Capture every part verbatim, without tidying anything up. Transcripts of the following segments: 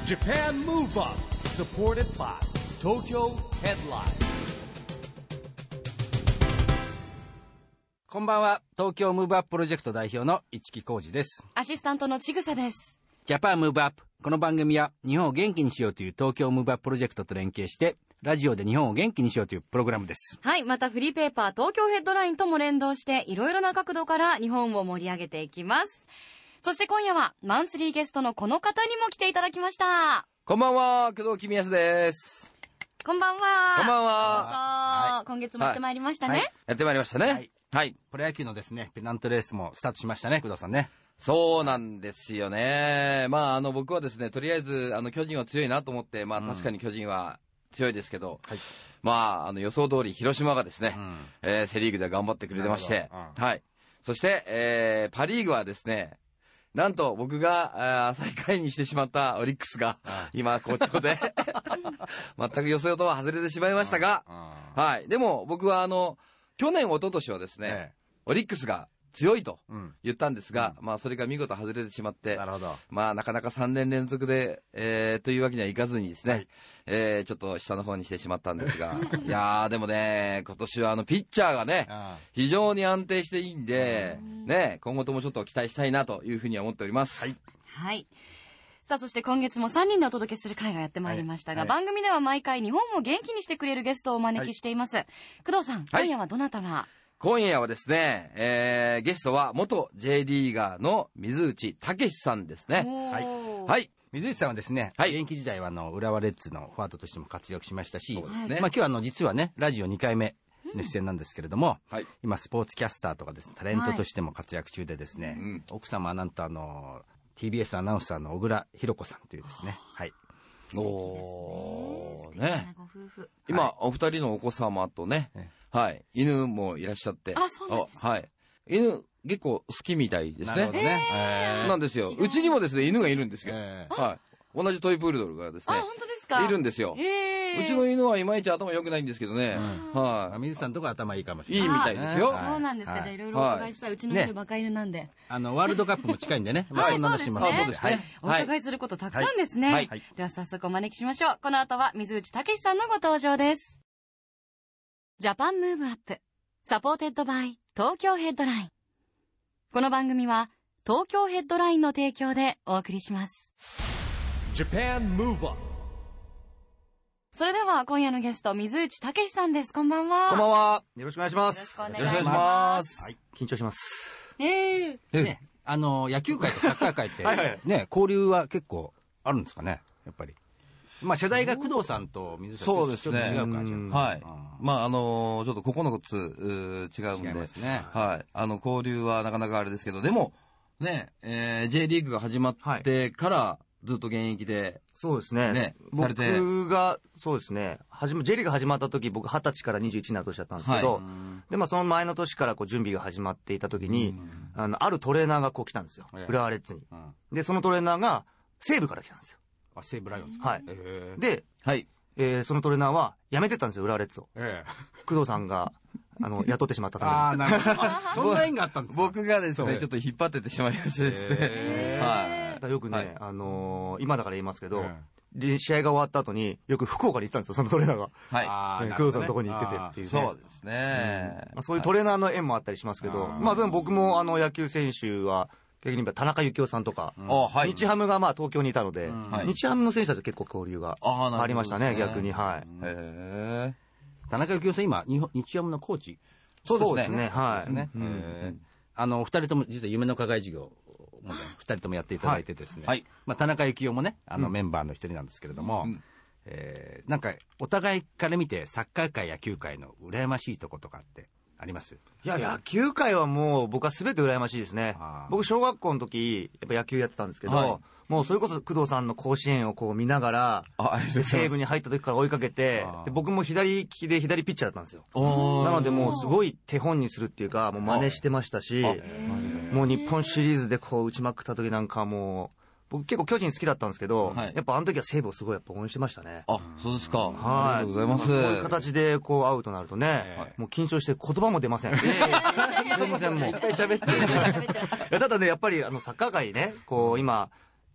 Japan Move Up supported by Tokyo Headline。 こんばんは。東京ムーブアッププロジェクト代表の市木浩司です。 アシスタントのちぐさです。 ジャパンムーブアップ、この番組は日本を元気にしようという東京ムーブアッププロジェクトと連携してラジオで日本を元気にしようというプログラムです。 はい、またフリーペーパー東京ヘッドラインとも連動していろいろな角度から日本を盛り上げていきます。そして今夜はマンスリーゲストのこの方にも来ていただきました。 こんばんは、工藤公康です。 こんばんは。 こんばんは。 はい、今月もやってまいりましたね。はい、 やってまいりましたね。はい。はい、 プロ野球のですね、ペナントレースもスタートしましたね、工藤さんね。 そうなんですよね。まああの僕はですね、とりあえずあの巨人は強いなと思って、まあ確かに巨人は強いですけど、うん、まああの予想通り広島がですね、うん、えー、セリーグで頑張ってくれてまして、うん、はい。そして、えー、パリーグはですね、なんと僕が最下位にしてしまったオリックスが今好調で全く予想とは外れてしまいましたが、はい。でも僕はあの去年一昨年はですね、ええ、オリックスが強いと言ったんですが、うん、まあそれが見事外れてしまって、なるほど、まあなかなかさんねん連続で、えー、というわけにはいかずにですね、はい、えー、ちょっと下の方にしてしまったんですがいやーでもね、今年はあのピッチャーがね非常に安定していいんでね、今後ともちょっと期待したいなというふうに思っております。はい、 はい。さあ、そして今月もさんにんでお届けする会がやってまいりましたが、はいはい、番組では毎回日本を元気にしてくれるゲストをお招きしています、はい、工藤さん、今夜はどなたが？はい、 今夜はですね、えー、ゲストは元 J リーガーの水内武さんですね。はい、はい、 水内さんはですね、はい、現役時代はあの浦和レッズのフォワードとしても活躍しましたし、そうですね、まあ、今日はあの実はねラジオにかいめの出演なんですけれども、うん、はい、今スポーツキャスターとかですね、タレントとしても活躍中でですね、はい、うん、奥様はなんとあの ティービーエス アナウンサーの小倉弘子さんというですね、はい、 おーね、今、はい、お二人のお子様とね、はい、犬もいらっしゃって、 あ、そうなんです、 はい、犬結構好きみたいですね。なるほどね、えー、なんですよ。うちにもですね犬がいるんですよ、えー、はい、同じトイプールドルがですね、 あ、本当ですか、 いるんですよ、えー、うちの犬はいまいち頭良くないんですけどね、うん、はい、 水さんとか頭いいかもしれない、 いいみたいですよ。 そうなんですか、はい、じゃあいろいろお伺いしたい、うちの犬バカ犬なんで、ね、 あのワールドカップも近いんでねはい、そうですね、 そうですね、 お伺いすることたくさんですね、はいはい、では早速お招きしましょう。この後は水内武さんのご登場です。ジャパンムーブアップサポーテッドバイ東京ヘッドライン。この番組は東京ヘッドラインの提供でお送りします。 Japan Move Up。 それでは今夜のゲスト水内武さんです。こんばんは。 こんばんは。 よろしくお願いします。 よろしくお願いします。 はい、緊張します。 えー、 ね、あの野球界とサッカー界ってはい、はい、ね、交流は結構あるんですかね、やっぱり。まあ世代が工藤さんと水内さんとちょっと違う感じ、ね、 はい、まああのー、ちょっとここのつ違うんで、ね、はい、あの交流はなかなかあれですけど、でもね、えー、J リーグが始まってからずっと現役で、はい、 そうですね、ね、僕がそうですね、始め J リーグが始まった時僕はたちからにじゅういちになる年だったんですけど、はい、でまあその前の年からこう準備が始まっていた時に、あのあるトレーナーがこう来たんですよ、浦和レッズに、うん、でそのトレーナーが西武から来たんですよ。 あ、西武ライオンズ、 はい、えー、で、はい、えー、そのトレーナーは辞めてったんですよ、浦和レッズを、えー、工藤さんがあの雇ってしまったために。 あ、なるほどそんな縁があったんですか。 僕がですねちょっと引っ張っててしまいましてですね、えー、はい、だよくね、はい、あのー、今だから言いますけど、で試合が終わった後によく福岡に行ったんですよ、そのトレーナーが、はい、えー、工藤さんのところに行っててっていう、ね、 そうですね、 うん、まあ、そういうトレーナーの縁もあったりしますけど、まあでも僕もあの野球選手は逆に言えば田中幸雄さんとか、うん、はい、日ハムがまあ東京にいたので、うん、日ハムの選手たちと結構交流がありましたね、逆に。はい、へー、田中幸雄さん今日日ハムのコーチ。 そうですね、はい、 ね、うん、あの二人とも実は夢の課外授業も二人ともやっていただいてですね、はい、まあ、田中幸雄もねあのメンバーの一人なんですけれども、うん、えー、なんかお互いから見てサッカー界野球界の羨ましいとことかってあります？ いや、野球界はもう僕は全て羨ましいですね。僕小学校の時やっぱ野球やってたんですけど、はい、もうそれこそ工藤さんの甲子園をこう見ながら西武に入った時から追いかけて、で僕も左利きで左ピッチャーだったんですよ。なのでもうすごい手本にするっていうかもう真似してましたし、もう日本シリーズでこう打ちまくった時なんかもう僕結構巨人好きだったんですけど、はい、やっぱあの時は西武をすごいやっぱ応援してましたね。 あ、そうですか。はい、ありがとうございます。 こういう形でこうアウトになるとね、はい、もう緊張して言葉も出ません。すいません、もう。いっぱい喋って。いやただね、やっぱりあのサッカー界ね、こう今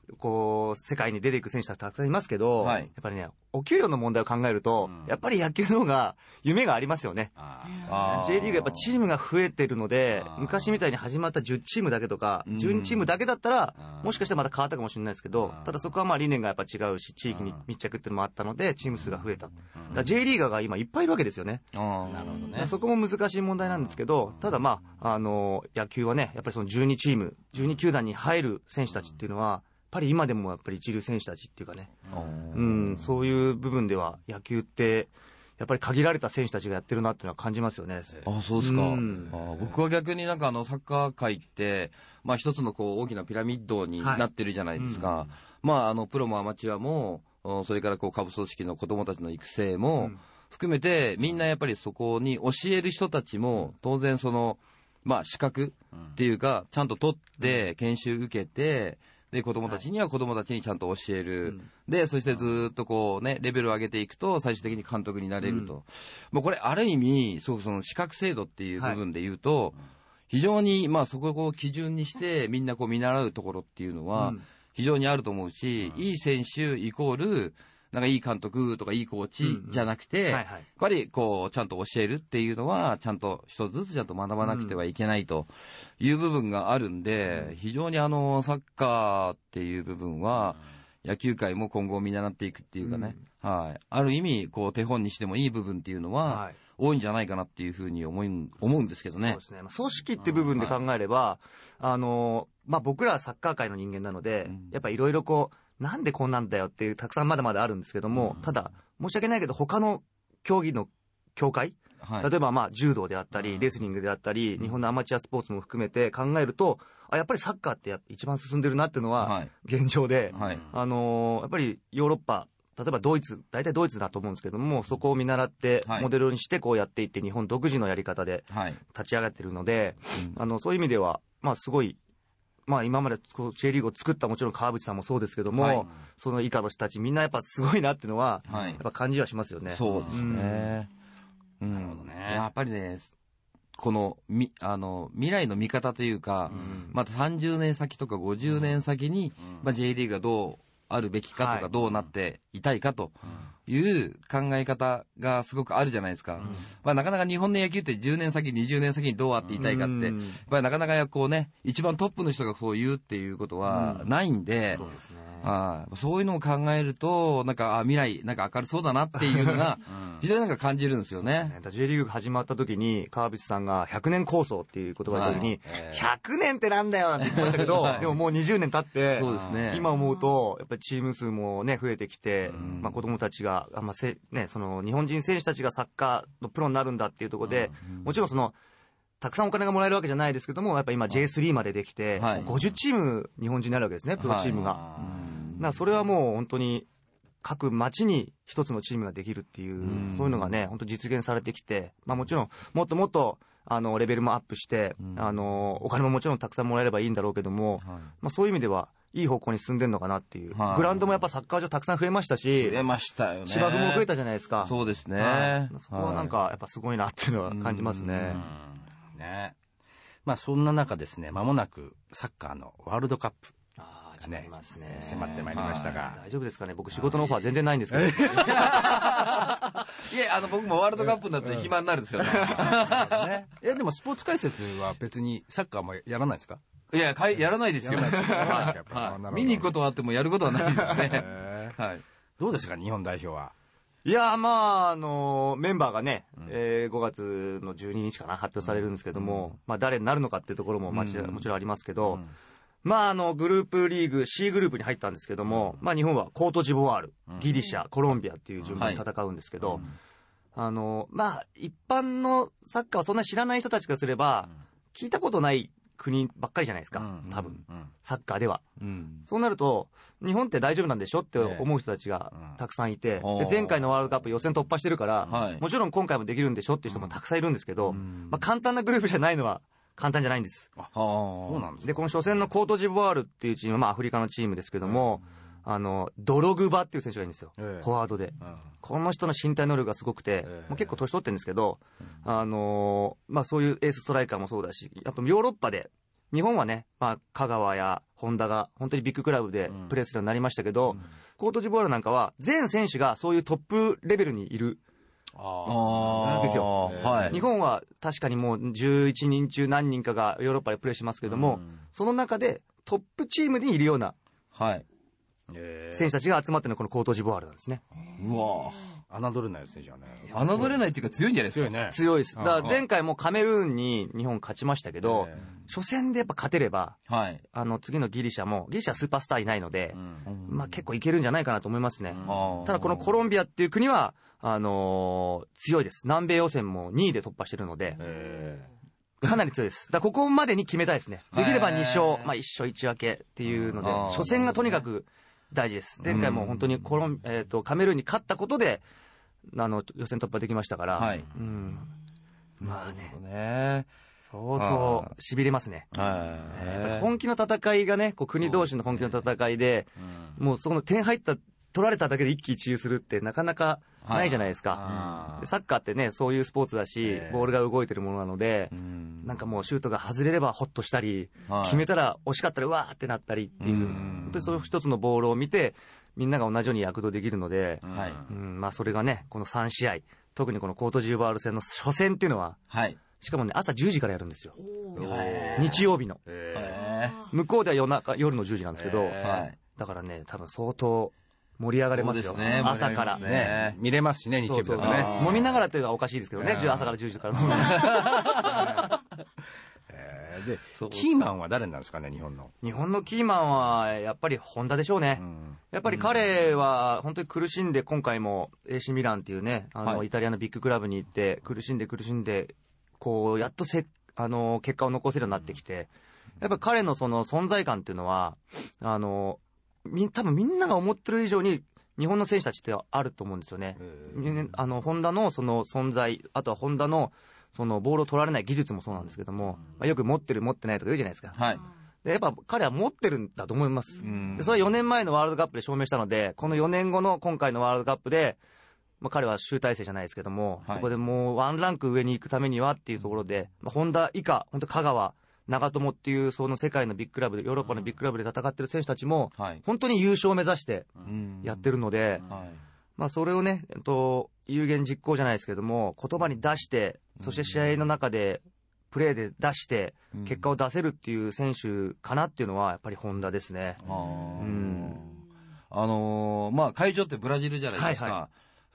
こう世界に出ていく選手たちたくさんいますけど、はい、やっぱりねお給料の問題を考えると、うん、やっぱり野球の方が夢がありますよね。あ J リーグやっぱチームが増えてるので、昔みたいに始まったじゅうチームだけとかじゅうにチームだけだったらもしかしたらまた変わったかもしれないですけど、ただそこはまあ理念がやっぱ違うし地域に密着っていうのもあったのでチーム数が増えた。だから J リーガーが今いっぱいいるわけですよね。 なるほどね。 そこも難しい問題なんですけど、ただまああの野球はねやっぱりそのじゅうにチームじゅうに球団に入る選手たちっていうのはやっぱり今でもやっぱり一流選手たちっていうかね、うん、そういう部分では野球ってやっぱり限られた選手たちがやってるなっていうのは感じますよね。 あ、そうですか。うん、あ、僕は逆になんかあのサッカー界ってまあ一つのこう大きなピラミッドになってるじゃないですか。はい、うん、まああのプロもアマチュアもそれからこう下部組織の子どもたちの育成も含めて、みんなやっぱりそこに教える人たちも当然そのまあ資格っていうかちゃんと取って研修受けて。で子供たちには子供たちにちゃんと教える、うん、でそしてずっとこうねレベルを上げていくと最終的に監督になれると、うん、もうこれある意味そうその資格制度っていう部分で言うと、はい、非常にまあそこを基準にしてみんなこう見習うところっていうのは非常にあると思うし、うん、いい選手イコールなんかいい監督とかいいコーチじゃなくて、うんうん、はいはい、やっぱりこうちゃんと教えるっていうのはちゃんと一つずつちゃんと学ばなくてはいけないという部分があるんで、うん、非常にあのサッカーっていう部分は野球界も今後見習っていくっていうかね、うん、はい、ある意味こう手本にしてもいい部分っていうのは多いんじゃないかなっていうふうに思い思うんですけどね。 そうですね、まあ、組織って部分で考えれば、はい、あのまあ、僕らはサッカー界の人間なので、うん、やっぱいろいろこうなんでこんなんだよっていうたくさんまだまだあるんですけども、うん、ただ申し訳ないけど他の競技の協会、はい、例えばまあ柔道であったり、うん、レスリングであったり、うん、日本のアマチュアスポーツも含めて考えるとあやっぱりサッカーってやっぱ一番進んでるなっていうのは現状で、はい、あのー、やっぱりヨーロッパ例えばドイツ大体ドイツだと思うんですけども、そこを見習ってモデルにしてこうやっていって日本独自のやり方で立ち上がってるので、はい、あのそういう意味ではまあすごいまあ、今までこう J リーグを作ったもちろん川淵さんもそうですけども、はい、その以下の人たちみんなやっぱすごいなっていうのは、はい、やっぱ感じはしますよね。 そうですね、うん、なるほどね。やっぱりねこのみあの未来の見方というか、うん、またさんじゅうねん先とかごじゅうねん先に、うん、まあ、J リーグがどうあるべきかとか、はい、どうなっていたいかという考え方がすごくあるじゃないですか、うん、まあ、なかなか日本の野球ってじゅうねん先にじゅうねん先にどうあっていたいかって、うん、やっぱりなかなかこうね一番トップの人がそう言うっていうことはないんで、うん、そうですね、あそういうのを考えるとなんかあ未来なんか明るそうだなっていうのが非常になんか感じるんですよね。 ね J リーグが始まった時に川淵さんがひゃくねん構想っていう言葉の時に、はい、えー、ひゃくねんってなんだよなんて言ってましたけど、はい、でももうにじゅうねん経ってそうですね、今思うとやっぱりチーム数もね増えてきて、うん、まあ、子供たちが、まあせね、その日本人選手たちがサッカーのプロになるんだっていうところで、うん、もちろんそのたくさんお金がもらえるわけじゃないですけどもやっぱ今 ジェイスリー までできて、はい、ごじゅうチーム日本人になるわけですね、プロチームが、はい、だからそれはもう本当に各町に一つのチームができるっていう、うん、そういうのがね本当実現されてきて、まあ、もちろんもっともっとあのレベルもアップして、うん、あのお金ももちろんたくさんもらえればいいんだろうけども、はい、まあ、そういう意味ではいい方向に進んでるのかなっていう、はい、グラウンドもやっぱサッカー場たくさん増えましたし、 増えましたよね、 芝生も増えたじゃないですか。 そうですね、 はい、そこはなんかやっぱすごいなっていうのは感じますね。 うん、ね、まあ、そんな中ですね、間もなくサッカーのワールドカップがね、ね、迫ってまいりましたが、 大丈夫ですかね。僕仕事のオファー全然ないんですけど。いや、あの僕もワールドカップになって暇になるんですよね。 ね、いやでもスポーツ解説は別にサッカーもやらないですか。 いやかいやらないですよ。はい、見に行くことはあってもやることはないですね。はい、 どうですか日本代表は。 いやまああのメンバーがね、うん、えー、ごがつのじゅうににちかな発表されるんですけども、うん、まあ誰になるのかっていうところももちろん、うん、もちろんありますけど、うん、まああのグループリーグ C グループに入ったんですけども、うん、まあ日本はコートジボワール、うん、ギリシャ、コロンビアっていう順番で戦うんですけど、はい、あのまあ一般のサッカーをそんなに知らない人たちがすれば、うん、聞いたことない国ばっかりじゃないですか、うん、多分、うん、サッカーでは、うん、そうなると日本って大丈夫なんでしょって思う人たちがたくさんいて、で前回のワールドカップ予選突破してるから、はい、もちろん今回もできるんでしょっていう人もたくさんいるんですけど、うん、まあ、簡単なグループじゃないのは簡単じゃないんです。あ、そうなんです。でこの初戦のコートジボワールっていうチームは、まあ、アフリカのチームですけども、うん、あのドログバっていう選手がいるんですよ、ええ、フォワードで、うん、この人の身体能力がすごくて、ええ、もう結構年取ってるんですけど、うん、あのーまあ、そういうエースストライカーもそうだし、あとヨーロッパで日本はね、まあ、香川やホンダが本当にビッグクラブでプレーするようになりましたけど、うん、コートジボワールなんかは全選手がそういうトップレベルにいるんですよ、はい、日本は確かにもうじゅういちにん中何人かがヨーロッパでプレーしますけども、うん、その中でトップチームにいるような選手たちが集まってるのがこのコートジボワールなんですね。 うわ侮れないですね、じゃあね。 侮れないっていうか強いんじゃないですか。 強いね。 強いです。だから前回もカメルーンに日本勝ちましたけど、初戦でやっぱ勝てれば、はい、あの次のギリシャも、ギリシャはスーパースターいないので、うん、まあ結構いけるんじゃないかなと思いますね。うん、ただこのコロンビアっていう国は、あのー、強いです。南米予選もにいで突破してるので、かなり強いです。だからここまでに決めたいですね。できればに勝、まあいち勝いち分けっていうので、初戦がとにかく大事です。前回も本当にコロン、えーと、カメルーンに勝ったことで、あの予選突破できましたから、はい、うん、まあね、ね相当しびれますね。やっぱ本気の戦いがね、こう国同士の本気の戦いで、うん、もうその点入った取られただけで一喜一憂するってなかなかないじゃないですか。サッカーってね、そういうスポーツだし、ボールが動いてるものなので、なんかもうシュートが外れればホッとしたり、決めたら惜しかったらうわーってなったりっていう、本当にその一つのボールを見てみんなが同じように躍動できるので、はい、うん、まあそれがね、このさん試合、特にこのコートジボワール戦の初戦っていうのは、はい、しかもね朝じゅうじからやるんですよ。日曜日の。向こうでは夜中夜のじゅうじなんですけど、だからね多分相当盛り上がれますよ。ね、朝からね見れますしね、日曜日だとね。 飲みながらっていうのはおかしいですけどね、朝からじゅうじから飲む。 でキーマンは誰なんですかね、日本の。 日本のキーマンはやっぱり本田でしょうね。うん、やっぱり彼は本当に苦しんで、今回も エーシー ミランっていうね、あのイタリアのビッグクラブに行って苦しんで苦しんでこうやっとせあの結果を残せるようになってきて、やっぱ彼のその存在感っていうのはあのみ多分みんなが思ってる以上に日本の選手たちってあると思うんですよね。あの本田のその存在、あとは本田のそのボールを取られない技術もそうなんですけども、まあ、よく持ってる持ってないとか言うじゃないですか。はい、でやっぱ彼は持ってるんだと思います。でそれはよねんまえのワールドカップで証明したので、このよねんごの今回のワールドカップで、まあ、彼は集大成じゃないですけども、はい、そこでもうワンランク上に行くためにはっていうところで、まあ、本田以下、本当香川、長友っていうその世界のビッグクラブで、ヨーロッパのビッグクラブで戦ってる選手たちも、本当に優勝を目指してやってるので、まあそれをね、えっと、有言実行じゃないですけども、言葉に出して、そして試合の中でプレーで出して結果を出せるっていう選手かなっていうのはやっぱり本田ですね。うん、 あのー、まあ会場ってブラジルじゃないですか。はいはい、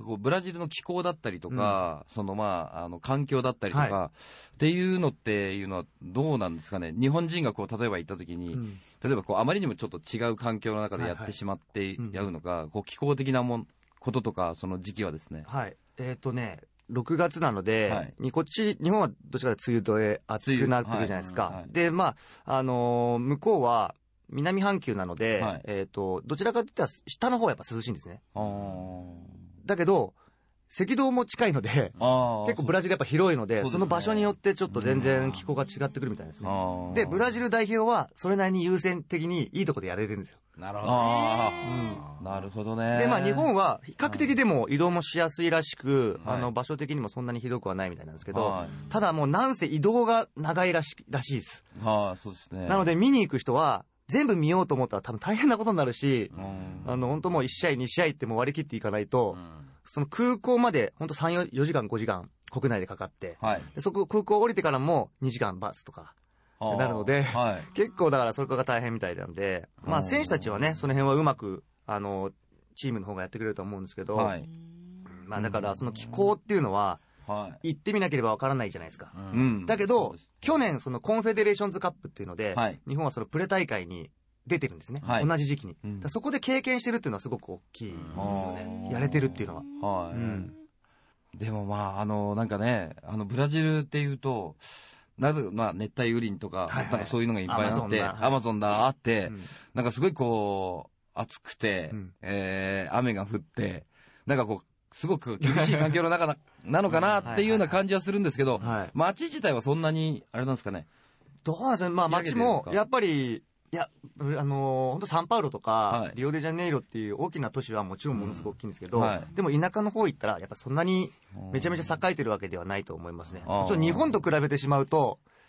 こうブラジルの気候だったりとか、うん、そのまああの環境だったりとか、はい、っていうのっていうのはどうなんですかね。日本人がこう例えば行った時に、うん、例えばこうあまりにもちょっと違う環境の中でやってしまってやるのか、はいはい、こう気候的なもんこととか、その時期はですね。 はい。えっ、ー、とね、ろくがつなので、はい、にこっち、日本はどっちかというと梅雨で暑くなってくるじゃないですか。はいはいはい、で、まあ、あのー、向こうは南半球なので、はい、えっ、ー、と、どちらかといったら下の方はやっぱ涼しいんですね。だけど、赤道も近いので、結構ブラジルやっぱ広いので、その場所によってちょっと全然気候が違ってくるみたいですね。で、ブラジル代表はそれなりに優先的にいいところでやれるんですよ。 なるほどね。 うん、なるほどね。 で、まあ日本は比較的でも移動もしやすいらしく、はい、あの場所的にもそんなにひどくはないみたいなんですけど、はい、ただもうなんせ移動が長いらしらしいです。 はあ、そうですね。 なので見に行く人は、全部見ようと思ったら多分大変なことになるし、あの本当もういち試合に試合ってもう割り切っていかないと、うん、その空港まで本当さん、よじかんごじかん国内でかかって、はい、でそこ空港降りてからもにじかんバスとかなるので、はい、結構だからそれが大変みたいなんで、まあ選手たちはねその辺はうまくあのチームの方がやってくれると思うんですけど、はい、まあだからその気候っていうのは、はい、行ってみなければわからないじゃないですか。うん、だけど去年そのコンフェデレーションズカップっていうので、はい、日本はそのプレ大会に出てるんですね、はい、同じ時期に、うん、そこで経験してるっていうのはすごく大きいですよね、やれてるっていうのは、はい、うん、 でもまああのなんかね、あのブラジルっていうとなぜまあ熱帯雨林とか、はいはい、なんかそういうのがいっぱいあってアマゾンだあって、うん、なんかすごいこう暑くて、うん、えー、雨が降ってなんかこうすごく厳しい環境の中な, なのかなっていうような感じはするんですけど、はい、街自体はそんなにあれなんですかね。 どうなんですかね。まあ街もやっぱりいやあのー、本当サンパウロとか、はい、リオデジャネイロっていう大きな都市はもちろんものすごく大きいんですけど、うん、はい、でも田舎の方行ったらやっぱそんなにめちゃめちゃ栄えてるわけではないと思いますね。もちろん日本と比べてしまうと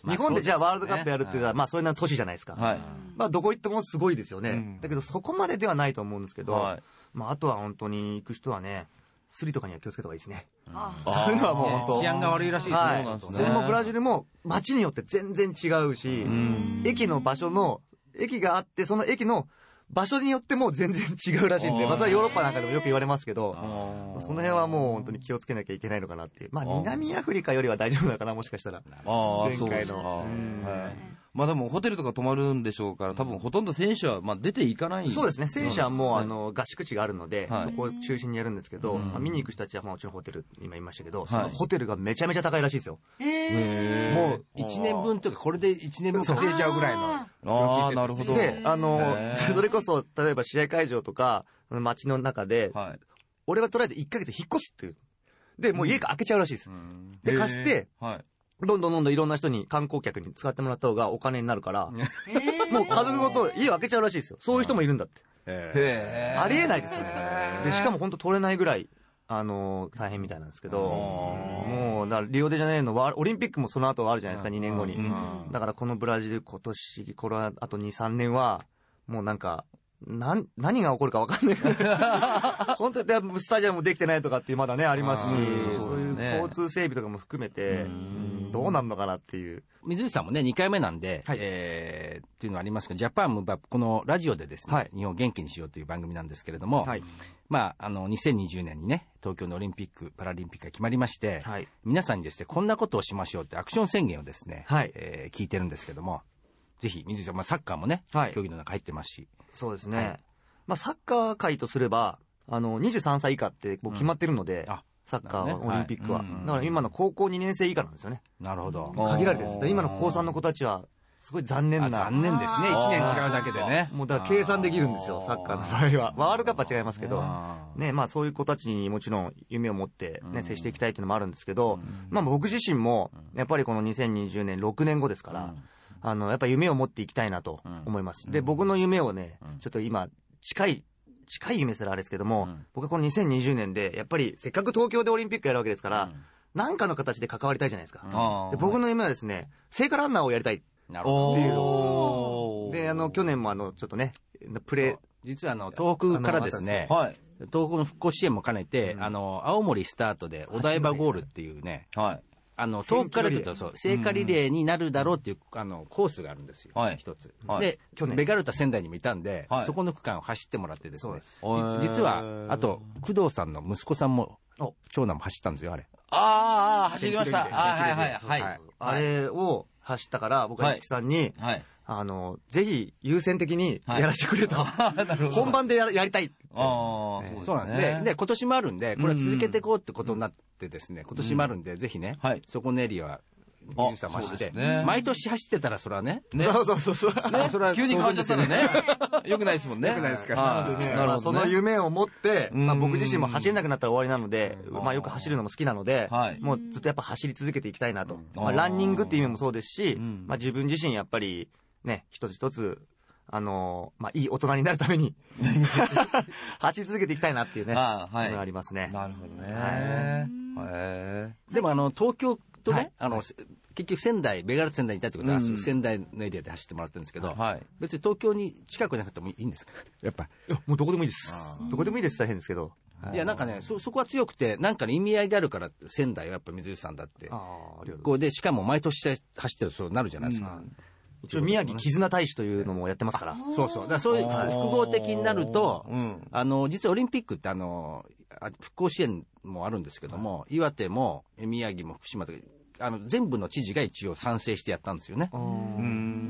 日本でじゃあワールドカップやるっていうのは、まあそれな都市じゃないですか。はい。まあどこ行ってもすごいですよね。だけどそこまでではないと思うんですけど、まああとは本当に行く人はね、スリとかには気をつけた方がいいですね。そういうのはもう本当。 治安が悪いらしいですね。 それもブラジルも街によって全然違うし、駅の場所の、駅があってその駅の場所によっても全然違うらしいんで、まあそれはヨーロッパなんかでもよく言われますけど、その辺はもう本当に気をつけなきゃいけないのかなっていう。まあ南アフリカよりは大丈夫なのかな、もしかしたら。前回の。 まあでもホテルとか泊まるんでしょうから、多分ほとんど選手はまあ出ていかない。 そうですね。選手はもうあの合宿地があるので、そこを中心にやるんですけど、まあ見に行く人たちはもちろんホテル今言いましたけど、そのホテルがめちゃめちゃ高いらしいですよ。 もういちねんぶんとかこれでいちねんぶん稼いじゃうぐらいの。 ああ、なるほど。 で、あのそれこそ例えば試合会場とか街の中で、俺はとりあえずいっかげつ引っ越すっていう。で、もう家が開けちゃうらしいです。で、貸して、どんどんどんどんいろんな人に観光客に使ってもらった方がお金になるから、もう家族ごと家を開けちゃうらしいですよ。そういう人もいるんだって。へー。ありえないですよね。で、しかも本当取れないぐらい、あのー、大変みたいなんですけど、もう、だからリオデジャネイロのワオリンピックもその後あるじゃないですか、にねんごに。だからこのブラジル今年、これはあとに、さんねんは、もうなんか、なん、何が起こるか分かんない。本当にスタジアムもできてないとかってまだね、ありますし、そういう交通整備とかも含めて、どうなるのかなっていう。 水内さんもね、にかいめなんで、はい、えー、っていうのはありますけど、ジャパンムーブアップ、このラジオでですね、はい、日本を元気にしようという番組なんですけれども、はい、まあ、あの、にせんにじゅうねんにね、東京のオリンピック、パラリンピックが決まりまして、はい、皆さんにですね、こんなことをしましょうってアクション宣言をですね、はい、えー、聞いてるんですけども、ぜひ、水内さん、まあ、サッカーもね、はい、競技の中入ってますし。 そうですね。はい、まあ、サッカー界とすれば、あの、にじゅうさんさい以下ってもう決まってるので、うん、あサッカーは、ね、オリンピックは、はい、だから今の高校にねん生以下なんですよね。 なるほど。 限られてるんです。今の高さんの子たちは、すごい残念な。 残念ですね。いちねん違うだけでね。 もうだから計算できるんですよ、サッカーの場合は。ワールドカップは違いますけど、ね、まあそういう子たちにもちろん夢を持ってね、接していきたいっていうのもあるんですけど、まあ僕自身も、やっぱりこのにせんにじゅうねんろくねんごですから、あの、やっぱり夢を持っていきたいなと思います。で、僕の夢をね、ちょっと今、近い、近い夢すらあれですけども、うん、僕はこのにせんにじゅうねんで、やっぱりせっかく東京でオリンピックやるわけですから、何、うん、かの形で関わりたいじゃないですか。うん、で僕の夢はですね、聖火ランナーをやりたいっていうので、あの、去年もあの、ちょっとね、プレー、 実はあの、東北からですね、はい、東北の復興支援も兼ねて、うん、あの、青森スタートでお台場ゴールっていうね、はい、あの遠くから来るとそう聖火リレーになるだろうっていうあのコースがあるんですよ、はい、一つ、はい、で去年ベガルタ仙台にもいたんで、はい、そこの区間を走ってもらってですね、実はあと工藤さんの息子さんも長男も走ったんですよあれ。 ああ走りました。はいはいはい、 はい、あれを走ったから僕は市木さんに、はい、あのぜひ優先的にやらせてくれと、はい、本番で や, やりたいって。 あ、ね、そうなんですね。で今年もあるんでこれは続けていこうってことになってですね、今年もあるんで、うん、ぜひね、はい、そこのエリアは水さん走って、ね、毎年走ってたらそれはね、 ね、そうそうそうそう、 ね、それは急に変わっちゃったらねよくないですもんね。 よくないですから。なのでね、まあ、その夢を持って、まあ、僕自身も走れなくなったら終わりなので、まあ、よく走るのも好きなので、はい、もうずっとやっぱ走り続けていきたいなと、まあ、ランニングっていう意味もそうですし、まあ、自分自身やっぱりね一つ一つあのー、まあ、いい大人になるために走り続けていきたいなっていうね、あ、はい、ありますね。 なるほどね。はい、 でもあの東京とね、はい、あの、はい、結局仙台ベガルタ仙台にいたってことは、うん、仙台のエリアで走ってもらってるんですけど、はい、別に東京に近くなくてもいいんですか？やっぱいやもうどこでもいいです。どこでもいいです。大変ですけど、 いやなんかね そ, そこは強くてなんかの意味合いがあるから仙台はやっぱ水内さんだって、あこうでしかも毎年走ってるとそうなるじゃないですか。うん、 一応宮城絆大使というのもやってますから。 そうそう。だからそういう複合的になると、うん、あの実はオリンピックってあの復興支援もあるんですけども、うん、岩手も宮城も福島とかあの全部の知事が一応賛成してやったんですよね。うん、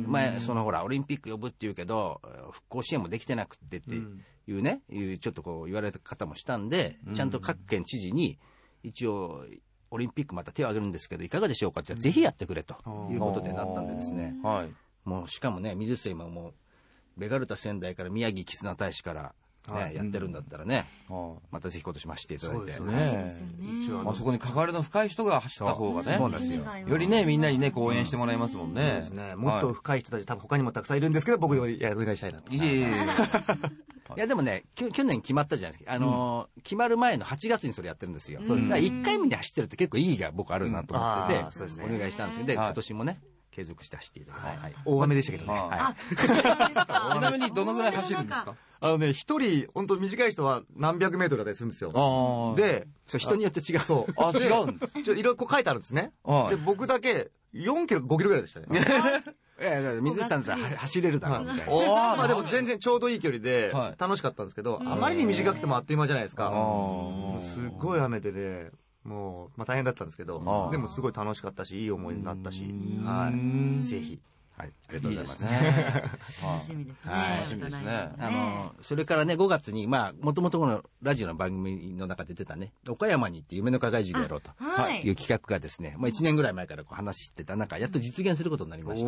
前そのほらオリンピック呼ぶっていうけど復興支援もできてなくてっていうね、うん、いうちょっとこう言われた方もしたんで、うん、ちゃんと各県知事に一応オリンピックまた手を挙げるんですけどいかがでしょうかって、うん、ぜひやってくれということでなったんでですね、はい、もうしかもね水瀬今もうベガルタ仙台から宮城絆大使からね、はい、やってるんだったらね、うん、またぜひ今年も走っていただいて、そうですね、 あそこに関わりの深い人が走った方がね、 そうですよ、 よりねみんなにねこう応援してもらいますもんね。 そうですね、もっと深い人たち多分他にもたくさんいるんですけど僕でお願いしたいなと。いえいえいやでもね去年決まったじゃないですか、あのーうん、決まる前のはちがつにそれやってるんですよ。そうですね、いっかいめで走ってるって結構意義が僕あるなと思ってて、うん、お願いしたんですけど、で、はい、今年もね継続して走っていただいて、はい、 大雨でしたけどね、 あ、 ちなみにどのぐらい走るんですか？ あのね、一人本当短い人は何百メートルだったりするんですよ。で、 そう人によって違う。 そう。 あ、違うんです。 ちょいろいろこう書いてあるんですね。で、僕だけよんキロごキロぐらいでしたね。 いやいや、水内さんさ走れるだろうみたいな。 まあでも全然ちょうどいい距離で楽しかったんですけど、あまりに短くてもあっという間じゃないですか。すごい雨でね、もうまあ大変だったんですけど、でもすごい楽しかったし、いい思いになったし、はい。ぜひ。 はい、ありがとうございます。 楽しみですね。 楽しみですね。 あの、それからね、ごがつに、まあ、もともとこのラジオの番組の中で出たね、岡山に行って夢の課外授業やろうという企画がですね、まあいちねんぐらい前からこう話してた中、やっと実現することになりまして、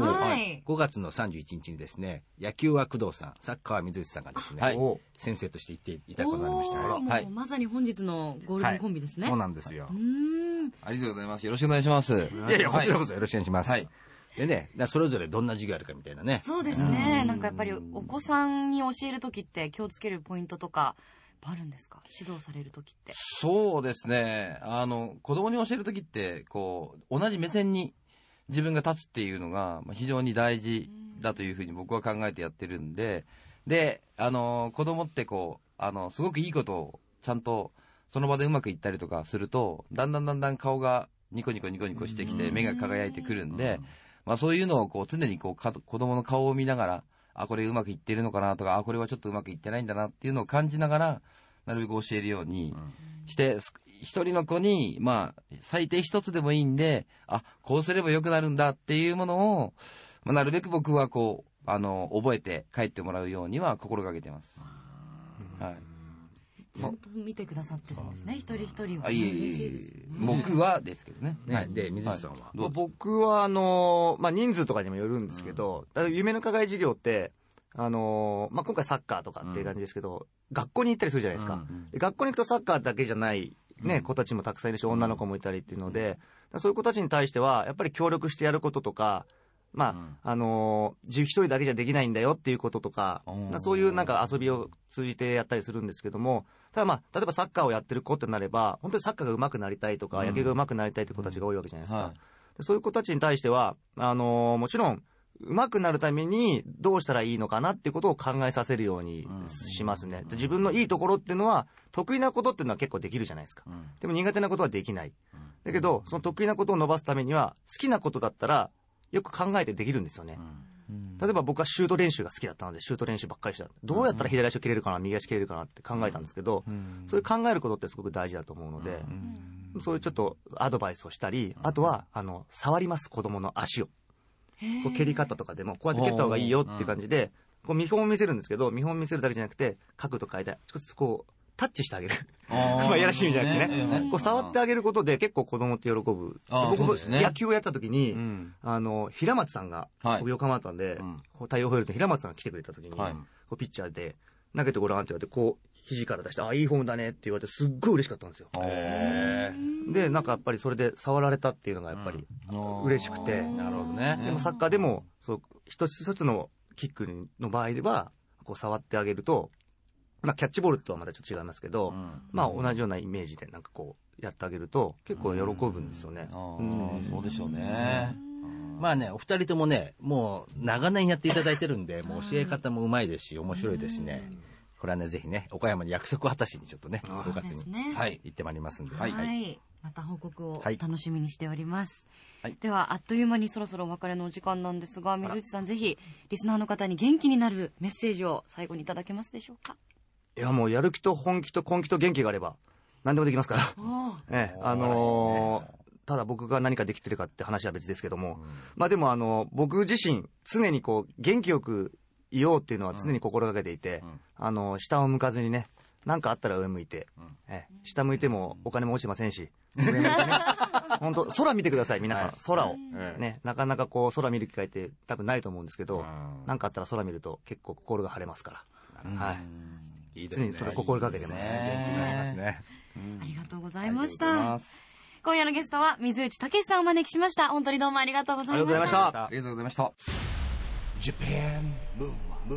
ごがつのさんじゅういちにちにですね、野球は工藤さん、サッカーは水内さんがですね、先生として行っていただくことになりました。 はい。まさに本日のゴールデンコンビですね。 そうなんですよ。 ありがとうございます。よろしくお願いします。 いやいや、こちらこそよろしくお願いします。はい。でね、それぞれどんな授業あるかみたいなね。 そうですね。なんかやっぱりお子さんに教えるときって気をつけるポイントとかあるんですか？指導されるときって。 そうですね。あの、子供に教えるときって、こう、同じ目線に自分が立つっていうのが非常に大事だというふうに僕は考えてやってるんで、で、あの、子供ってこう、あの、すごくいいことをちゃんとその場でうまくいったりとかすると、だんだんだんだん顔がニコニコニコニコしてきて目が輝いてくるんで、まあそういうのをこう常にこうか子供の顔を見ながら、あ、これうまくいってるのかなとか、あ、これはちょっとうまくいってないんだなっていうのを感じながら、なるべく教えるようにして、一人の子に、まあ最低一つでもいいんで、あ、こうすれば良くなるんだっていうものを、まあ、なるべく僕はこう、あの、覚えて帰ってもらうようには心がけてます。はい。 ちゃんと見てくださってるんですね、一人一人は。 あ、いえいえいえ。僕はですけどね。 はい。で、水内さんは、 はい、僕は、あの、まあ、人数とかにもよるんですけど、うん、夢の課外授業って、あの、まあ、今回サッカーとかっていう感じですけど、うん、学校に行ったりするじゃないですか。うん、学校に行くとサッカーだけじゃないね、うん、子たちもたくさんいるし、女の子もいたりっていうので、うん、そういう子たちに対しては、やっぱり協力してやることとか、まあ、うん、あのー、一人だけじゃできないんだよっていうこととか、そういうなんか遊びを通じてやったりするんですけども、ただまあ、例えばサッカーをやってる子ってなれば、本当にサッカーが上手くなりたいとか、うん、野球が上手くなりたいって子たちが多いわけじゃないですか。うんはい、でそういう子たちに対しては、あのー、もちろん、上手くなるためにどうしたらいいのかなっていうことを考えさせるようにしますね。で自分のいいところっていうのは、得意なことっていうのは結構できるじゃないですか。うん、でも苦手なことはできない。だけど、その得意なことを伸ばすためには、好きなことだったら、よく考えてできるんですよね。うん、例えば僕はシュート練習が好きだったので、シュート練習ばっかりした。どうやったら左足を切れるかな、右足切れるかなって考えたんですけど、うん、そういう考えることってすごく大事だと思うので、うん、そういうちょっとアドバイスをしたり、あとは、あの、触ります、子供の足を。こう蹴り方とかでも、こうやって蹴った方がいいよっていう感じで、こう見本を見せるんですけど、見本を見せるだけじゃなくて、角度変えて、ちょっとこう、タッチしてあげる。まあ、やらしい意味じゃなくてね。ねこう触ってあげることで結構子供って喜ぶ。僕も野球をやった時に、うん、あの、平松さんが、はい、僕横浜だったんで、うん、太陽ホイールズの平松さんが来てくれた時に、はい、こうピッチャーで投げてごらんって言われて、こう、肘から出して、あ、いいフォームだねって言われて、すっごい嬉しかったんですよ。で、なんかやっぱりそれで触られたっていうのがやっぱり嬉しくて。うん、なるほどね。でもサッカーでも、そう、一つ一つのキックの場合では、こう触ってあげると、まあ、キャッチボールとはまたちょっと違いますけど、うん、まあ、同じようなイメージでなんかこう、やってあげると、結構喜ぶんですよね。 うんうん、そうでしょうね。 まあね、お二人ともね、もう長年やっていただいてるんで、もう教え方もうまいですし、面白いですしね。これはね、ぜひね、岡山に約束果たしにちょっとね、総括に、ね、はい、行ってまいりますんで。 はい。はい、また報告を楽しみにしております。はい、では、あっという間にそろそろお別れのお時間なんですが、水内さん、ぜひ、リスナーの方に元気になるメッセージを最後にいただけますでしょうか。 いや、もうやる気と本気と根気と元気があれば何でもできますからええ、あのー、ただ僕が何かできてるかって話は別ですけども、うん、まあでもあの僕自身常にこう元気よくいようっていうのは常に心がけていて、うん、あの下を向かずにね、何かあったら上向いて、うん、ええ、下向いてもお金も落ちませんし、上向いてね本当空見てください皆さん、はい、空を、ね、なかなかこう空見る機会って多分ないと思うんですけど、何かあったら空見ると結構心が晴れますから、はい、いいですね。常にそれ心がけてます。元気になりますね。 ありがとうございました。今夜のゲストは水内武さんをお招きしました。本当にどうもありがとうございました。 ありがとうございました。 ありがとうございました。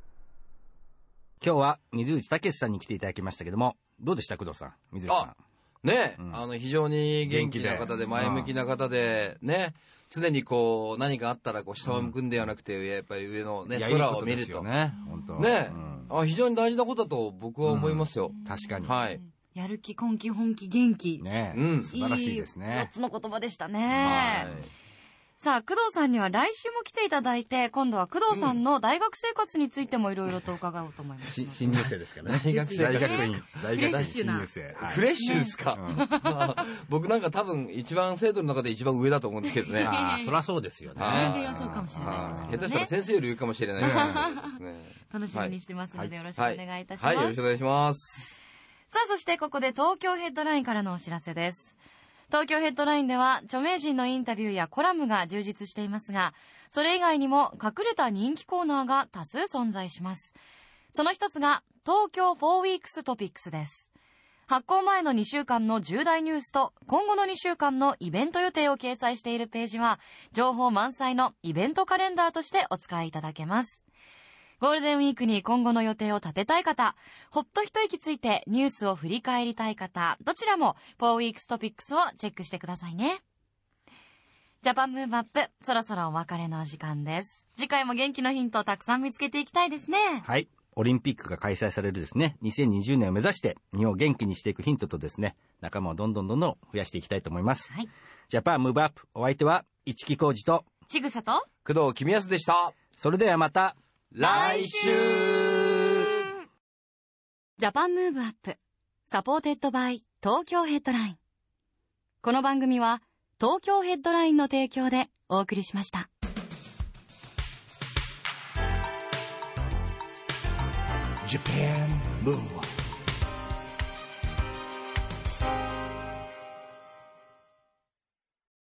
今日は水内武さんに来ていただきましたけども、どうでした工藤さん、水内さん。 ね、うん、あの非常に元気な方で前向きな方でね、常にこう何かあったらこう下を向くんではなくて、うん、やっぱり上のね空を見るとね、本当ね、うん、あ非常に大事なことだと僕は思いますよ。 うん、確かに。 はい。 やる気、根気、本気、元気。 ね、うん、素晴らしいですね。 よっつの言葉でしたね。はい。さあ、工藤さんには来週も来ていただいて、今度は工藤さんの大学生活についてもいろいろと伺おうと思います。 新入生ですからね。 大学生、 大学院、大学新入生。 フレッシュですか、ね、うんまあ、僕なんか多分一番生徒の中で一番上だと思うんですけどね。 ああ、そりゃそうですよね。 年齢はそうかもしれないですね。 下手したら先生より上かもしれないですね。 楽しみにしてますので、よろしくお願いいたします。 はい、はい、よろしくお願いします。 さあ、そしてここで東京ヘッドラインからのお知らせです。東京ヘッドラインでは著名人のインタビューやコラムが充実していますが、それ以外にも隠れた人気コーナーが多数存在します。その一つが東京フォーウィークストピックスです。発行前のにしゅうかんの重大ニュースと今後のにしゅうかんのイベント予定を掲載しているページは、情報満載のイベントカレンダーとしてお使いいただけます。ゴールデンウィークに今後の予定を立てたい方、ほっと一息ついてニュースを振り返りたい方、どちらもフォーウィークストピックスをチェックしてくださいね。ジャパンムーブアップ、そろそろお別れの時間です。次回も元気のヒントをたくさん見つけていきたいですね。 はい。オリンピックが開催されるですね、にせんにじゅうねんを目指して日本を元気にしていくヒントとですね、仲間をどんどんどんどん増やしていきたいと思います。はい。ジャパンムーブアップ、お相手は市木浩二とちぐさと工藤公康でした。 それではまた来週。 ジャパンムーブアップサポーテッドバイ東京ヘッドライン。この番組は東京ヘッドラインの提供でお送りしました。 Japan Move